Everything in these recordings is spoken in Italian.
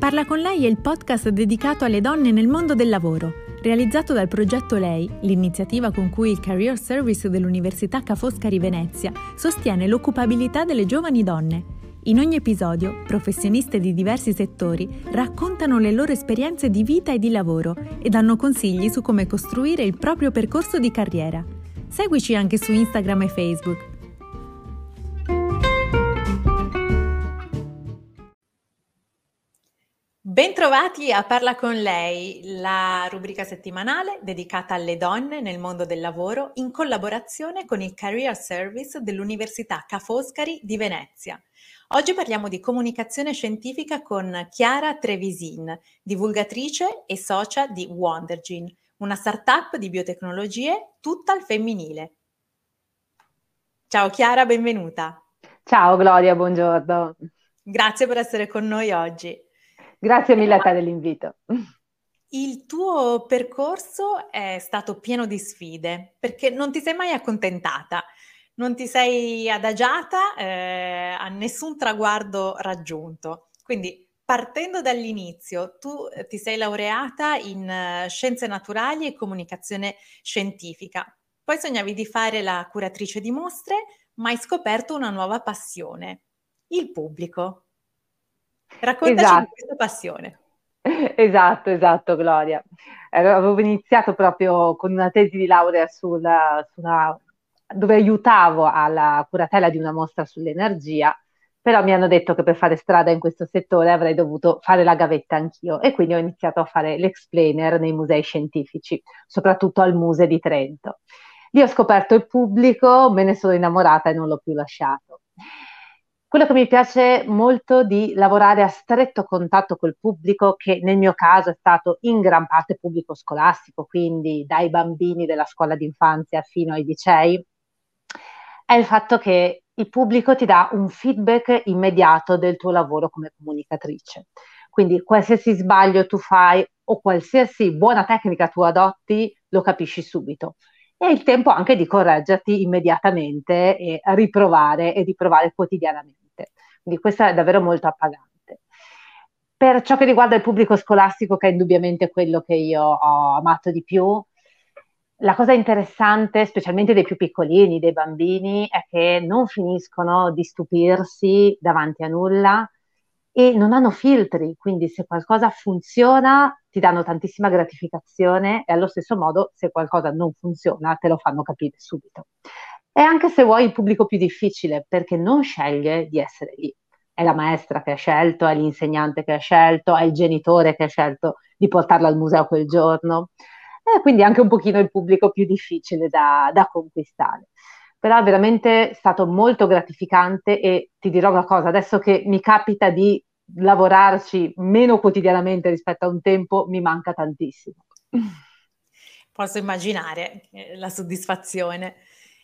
Parla con lei è il podcast dedicato alle donne nel mondo del lavoro, realizzato dal progetto Lei, l'iniziativa con cui il Career Service dell'Università Ca' Foscari Venezia sostiene l'occupabilità delle giovani donne. In ogni episodio, professioniste di diversi settori raccontano le loro esperienze di vita e di lavoro e danno consigli su come costruire il proprio percorso di carriera. Seguici anche su Instagram e Facebook. Bentrovati a Parla con lei, la rubrica settimanale dedicata alle donne nel mondo del lavoro in collaborazione con il Career Service dell'Università Ca' Foscari di Venezia. Oggi parliamo di comunicazione scientifica con Chiara Trevisin, divulgatrice e socia di Wondergene, una startup di biotecnologie tutta al femminile. Ciao Chiara, benvenuta. Ciao Gloria, buongiorno. Grazie per essere con noi oggi. Grazie mille a te dell'invito. Il tuo percorso è stato pieno di sfide, perché non ti sei mai accontentata, non ti sei adagiata a nessun traguardo raggiunto. Quindi, partendo dall'inizio, tu ti sei laureata in scienze naturali e comunicazione scientifica. Poi sognavi di fare la curatrice di mostre, ma hai scoperto una nuova passione, il pubblico. Raccontaci di Esatto, questa passione. esatto, Gloria. Avevo iniziato proprio con una tesi di laurea dove aiutavo alla curatela di una mostra sull'energia, però mi hanno detto che per fare strada in questo settore avrei dovuto fare la gavetta anch'io e quindi ho iniziato a fare l'explainer nei musei scientifici, soprattutto al Museo di Trento. Lì ho scoperto il pubblico, me ne sono innamorata e non l'ho più lasciato. Quello che mi piace molto di lavorare a stretto contatto col pubblico, che nel mio caso è stato in gran parte pubblico scolastico, quindi dai bambini della scuola d'infanzia fino ai licei, è il fatto che il pubblico ti dà un feedback immediato del tuo lavoro come comunicatrice. Quindi qualsiasi sbaglio tu fai o qualsiasi buona tecnica tu adotti, lo capisci subito. E il tempo anche di correggerti immediatamente e riprovare e riprovare quotidianamente. Quindi questo è davvero molto appagante. Per ciò che riguarda il pubblico scolastico, che è indubbiamente quello che io ho amato di più, la cosa interessante, specialmente dei più piccolini, dei bambini, è che non finiscono di stupirsi davanti a nulla e non hanno filtri, quindi se qualcosa funziona ti danno tantissima gratificazione e allo stesso modo se qualcosa non funziona te lo fanno capire subito. E anche se vuoi il pubblico più difficile, perché non sceglie di essere lì. È la maestra che ha scelto, è l'insegnante che ha scelto, è il genitore che ha scelto di portarla al museo quel giorno. E quindi anche un pochino il pubblico più difficile da conquistare. Però è veramente stato molto gratificante e ti dirò una cosa, adesso che mi capita di lavorarci meno quotidianamente rispetto a un tempo, mi manca tantissimo. Posso immaginare la soddisfazione.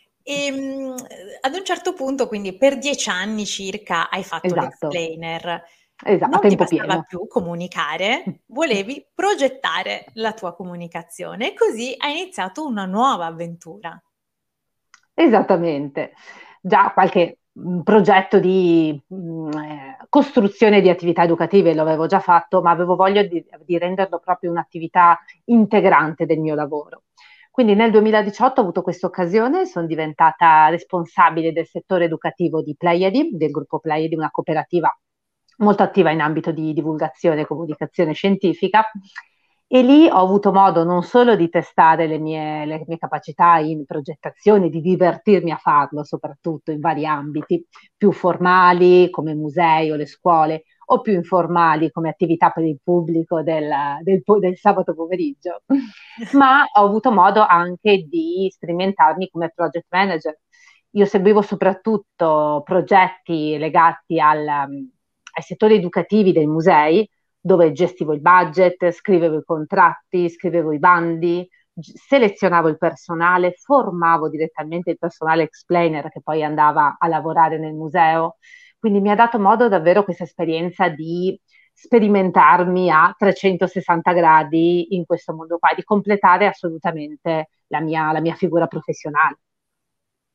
Ad un certo punto, quindi per 10 anni circa, hai fatto Esatto, l'explainer. a Non ti tempo bastava pieno. più comunicare, volevi progettare la tua comunicazione e così hai iniziato una nuova avventura. Esattamente. Già qualche progetto di costruzione di attività educative lo avevo già fatto, ma avevo voglia di renderlo proprio un'attività integrante del mio lavoro. Quindi nel 2018 ho avuto questa occasione, sono diventata responsabile del settore educativo di Pleiadi, del gruppo Pleiadi, una cooperativa molto attiva in ambito di divulgazione e comunicazione scientifica. E lì ho avuto modo non solo di testare le mie capacità in progettazione, di divertirmi a farlo, soprattutto in vari ambiti, più formali come musei o le scuole, o più informali come attività per il pubblico del sabato pomeriggio, ma ho avuto modo anche di sperimentarmi come project manager. Io seguivo soprattutto progetti legati ai settori educativi dei musei, dove gestivo il budget, scrivevo i contratti, scrivevo i bandi, selezionavo il personale, formavo direttamente il personale explainer che poi andava a lavorare nel museo. Quindi mi ha dato modo davvero questa esperienza di sperimentarmi a 360 gradi in questo mondo qua, di completare assolutamente la mia figura professionale.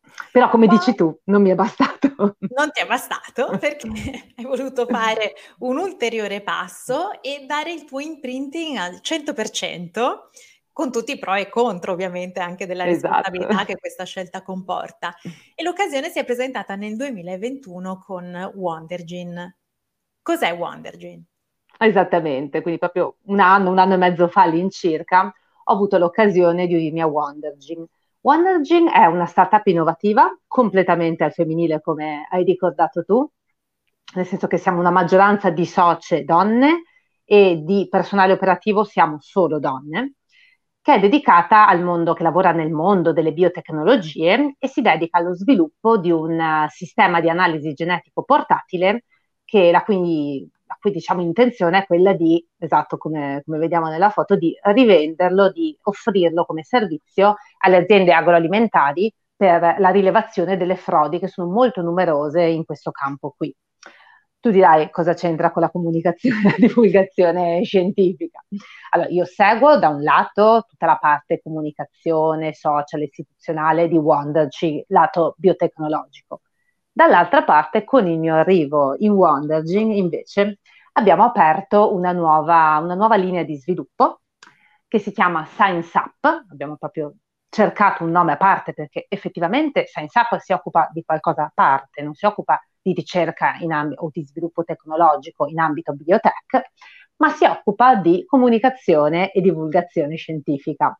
Però come dici Poi tu, non mi è bastato. non ti è bastato perché hai voluto fare un ulteriore passo e dare il tuo imprinting al 100%, con tutti i pro e contro ovviamente anche della Esatto. responsabilità che questa scelta comporta. E l'occasione si è presentata nel 2021 con Wondergin. Cos'è Wondergin? Esattamente, quindi proprio un anno e mezzo fa all'incirca, ho avuto l'occasione di unirmi a Wondergin. Wondergin è una startup innovativa, completamente al femminile, come hai ricordato tu, nel senso che siamo una maggioranza di socie donne e di personale operativo siamo solo donne, che è dedicata al mondo, che lavora nel mondo delle biotecnologie e si dedica allo sviluppo di un sistema di analisi genetico portatile la cui diciamo, intenzione è quella di, esatto come vediamo nella foto, di rivenderlo, di offrirlo come servizio alle aziende agroalimentari per la rilevazione delle frodi che sono molto numerose in questo campo qui. Tu dirai cosa c'entra con la comunicazione e la divulgazione scientifica. Allora, io seguo da un lato tutta la parte comunicazione, social, istituzionale di Wondergy, lato biotecnologico. Dall'altra parte, con il mio arrivo in Wondergin, invece, abbiamo aperto una nuova linea di sviluppo che si chiama Science Up. Abbiamo proprio cercato un nome a parte perché effettivamente Science Up si occupa di qualcosa a parte, non si occupa di ricerca o di sviluppo tecnologico in ambito biotech, ma si occupa di comunicazione e divulgazione scientifica.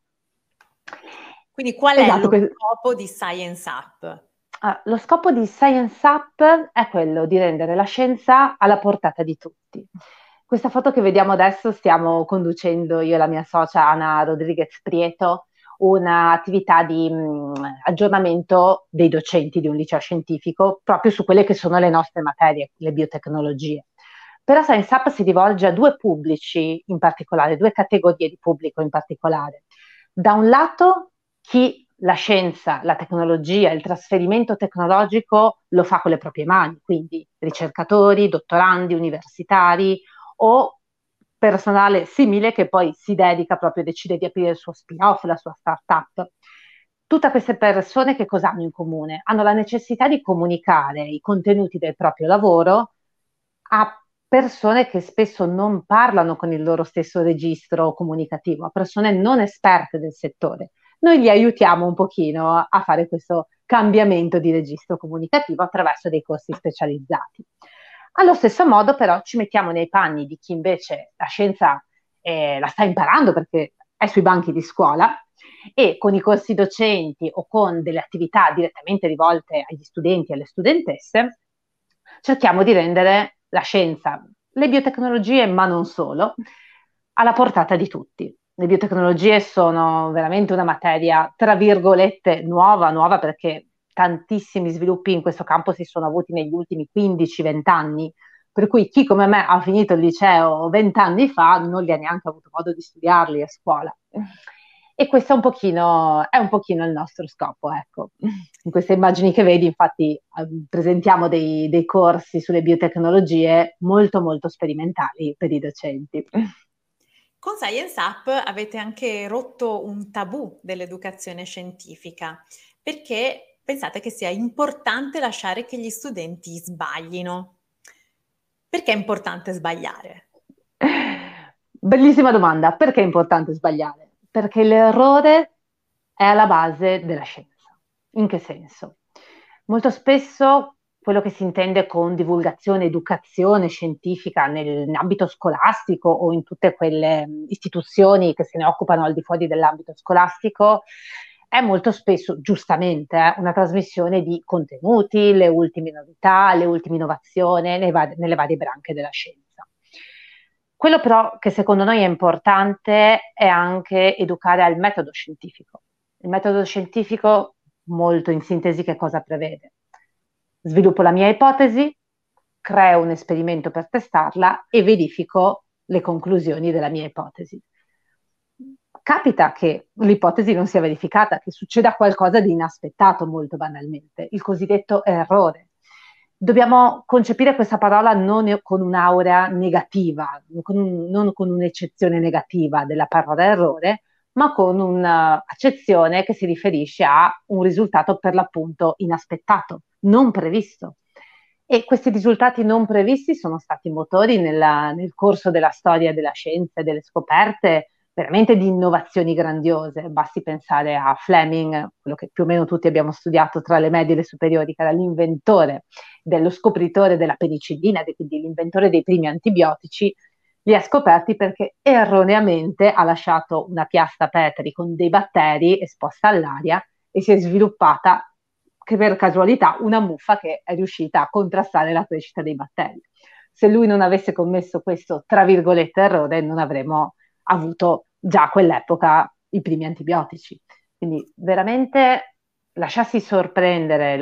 Quindi qual è Esatto, lo scopo di Science Up? lo scopo di Science Up è quello di rendere la scienza alla portata di tutti. Questa foto che vediamo adesso stiamo conducendo io e la mia socia Ana Rodriguez Prieto un'attività di aggiornamento dei docenti di un liceo scientifico proprio su quelle che sono le nostre materie, le biotecnologie. Però Science Up si rivolge a due pubblici in particolare, due categorie di pubblico in particolare. Da un lato chi la scienza, la tecnologia, il trasferimento tecnologico lo fa con le proprie mani, quindi ricercatori, dottorandi, universitari o personale simile che poi si dedica proprio, decide di aprire il suo spin-off, la sua startup. Tutte queste persone che cosa hanno in comune? Hanno la necessità di comunicare i contenuti del proprio lavoro a persone che spesso non parlano con il loro stesso registro comunicativo, a persone non esperte del settore. Noi li aiutiamo un pochino a fare questo cambiamento di registro comunicativo attraverso dei corsi specializzati. Allo stesso modo, però, ci mettiamo nei panni di chi invece la scienza la sta imparando perché è sui banchi di scuola e con i corsi docenti o con delle attività direttamente rivolte agli studenti e alle studentesse, cerchiamo di rendere la scienza, le biotecnologie, ma non solo, alla portata di tutti. Le biotecnologie sono veramente una materia, tra virgolette, nuova perché tantissimi sviluppi in questo campo si sono avuti negli ultimi 15-20 anni, per cui chi come me ha finito il liceo 20 anni fa non li ha neanche avuto modo di studiarli a scuola. E questo è un pochino il nostro scopo, ecco. In queste immagini che vedi, infatti, presentiamo dei corsi sulle biotecnologie molto, molto sperimentali per i docenti. Con Science Up avete anche rotto un tabù dell'educazione scientifica, perché pensate che sia importante lasciare che gli studenti sbaglino. Perché è importante sbagliare? Bellissima domanda. Perché è importante sbagliare? Perché l'errore è alla base della scienza. In che senso? Molto spesso quello che si intende con divulgazione, educazione scientifica nell'ambito scolastico o in tutte quelle istituzioni che se ne occupano al di fuori dell'ambito scolastico è molto spesso, giustamente, una trasmissione di contenuti, le ultime novità, le ultime innovazioni nelle varie branche della scienza. Quello però che secondo noi è importante è anche educare al metodo scientifico. Il metodo scientifico, molto in sintesi, che cosa prevede? Sviluppo la mia ipotesi, creo un esperimento per testarla e verifico le conclusioni della mia ipotesi. Capita che l'ipotesi non sia verificata, che succeda qualcosa di inaspettato molto banalmente, il cosiddetto errore. Dobbiamo concepire questa parola non con un'aurea negativa, non con un'eccezione negativa della parola errore, ma con un'accezione che si riferisce a un risultato per l'appunto inaspettato, non previsto. E questi risultati non previsti sono stati motori nel corso della storia della scienza e delle scoperte veramente di innovazioni grandiose. Basti pensare a Fleming, quello che più o meno tutti abbiamo studiato tra le medie e le superiori, che era l'inventore dello scopritore della penicillina, quindi l'inventore dei primi antibiotici. Li ha scoperti perché erroneamente ha lasciato una piastra Petri con dei batteri esposta all'aria e si è sviluppata, che per casualità, una muffa che è riuscita a contrastare la crescita dei batteri. Se lui non avesse commesso questo, tra virgolette, errore, non avremmo avuto già a quell'epoca i primi antibiotici. Quindi veramente lasciarsi sorprendere,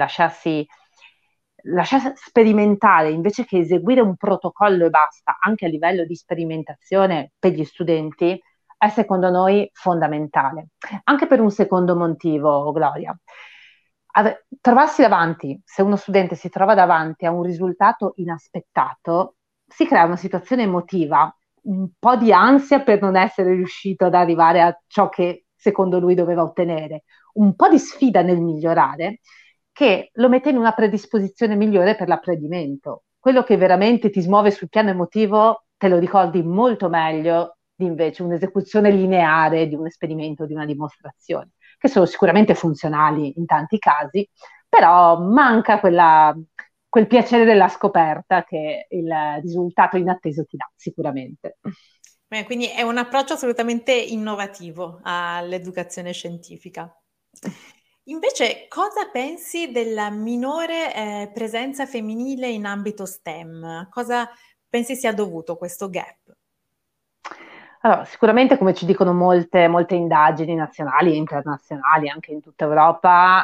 lasciarsi sperimentare invece che eseguire un protocollo e basta, anche a livello di sperimentazione per gli studenti, è secondo noi fondamentale. Anche per un secondo motivo, Gloria. Trovarsi davanti, se uno studente si trova davanti a un risultato inaspettato, si crea una situazione emotiva, un po' di ansia per non essere riuscito ad arrivare a ciò che secondo lui doveva ottenere, un po' di sfida nel migliorare, che lo mette in una predisposizione migliore per l'apprendimento. Quello che veramente ti smuove sul piano emotivo te lo ricordi molto meglio di invece un'esecuzione lineare di un esperimento, di una dimostrazione, che sono sicuramente funzionali in tanti casi, però manca quel piacere della scoperta che il risultato inatteso ti dà sicuramente. Beh, quindi è un approccio assolutamente innovativo all'educazione scientifica. Invece, cosa pensi della minore presenza femminile in ambito STEM? Cosa pensi sia dovuto questo gap? Allora, sicuramente, come ci dicono molte indagini nazionali e internazionali, anche in tutta Europa,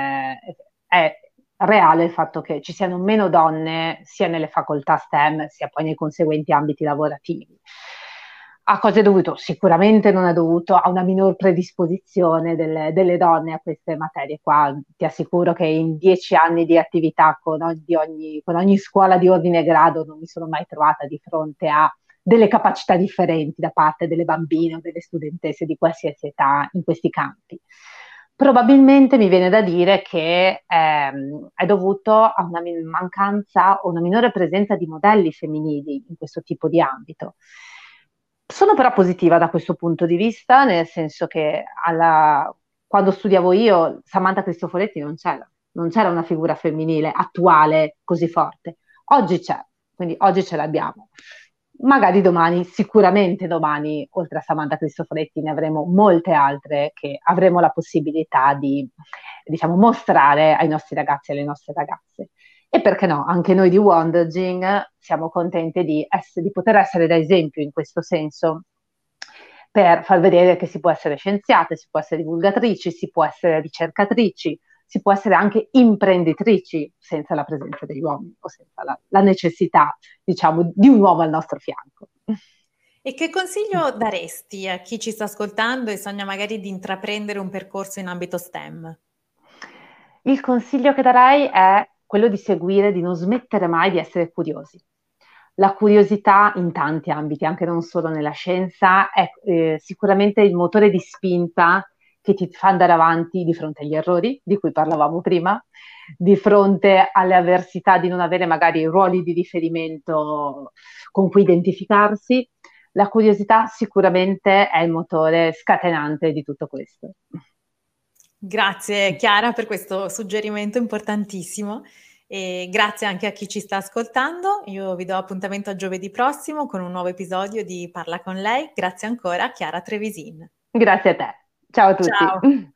è reale il fatto che ci siano meno donne sia nelle facoltà STEM sia poi nei conseguenti ambiti lavorativi. A cosa è dovuto? Sicuramente non è dovuto a una minor predisposizione delle donne a queste materie qua. Ti assicuro che in 10 anni di attività con ogni scuola di ordine e grado non mi sono mai trovata di fronte a delle capacità differenti da parte delle bambine o delle studentesse di qualsiasi età in questi campi. Probabilmente mi viene da dire che è dovuto a una mancanza o una minore presenza di modelli femminili in questo tipo di ambito. Sono però positiva da questo punto di vista, nel senso che quando studiavo io, Samantha Cristoforetti non c'era una figura femminile attuale così forte. Oggi c'è, quindi oggi ce l'abbiamo. Magari domani, sicuramente domani, oltre a Samantha Cristoforetti, ne avremo molte altre che avremo la possibilità di, diciamo, mostrare ai nostri ragazzi e alle nostre ragazze. E perché no, anche noi di Wonderging siamo contenti di poter essere da esempio in questo senso, per far vedere che si può essere scienziate, si può essere divulgatrici, si può essere ricercatrici, si può essere anche imprenditrici senza la presenza degli uomini o senza la necessità, diciamo, di un uomo al nostro fianco. E che consiglio daresti a chi ci sta ascoltando e sogna magari di intraprendere un percorso in ambito STEM? Il consiglio che darei è quello di seguire, di non smettere mai di essere curiosi. La curiosità in tanti ambiti, anche non solo nella scienza, è sicuramente il motore di spinta che ti fa andare avanti di fronte agli errori di cui parlavamo prima, di fronte alle avversità di non avere magari ruoli di riferimento con cui identificarsi. La curiosità sicuramente è il motore scatenante di tutto questo. Grazie Chiara per questo suggerimento importantissimo e grazie anche a chi ci sta ascoltando. Io vi do appuntamento a giovedì prossimo con un nuovo episodio di Parla con lei. Grazie ancora Chiara Trevisin. Grazie a te. Ciao a tutti. Ciao.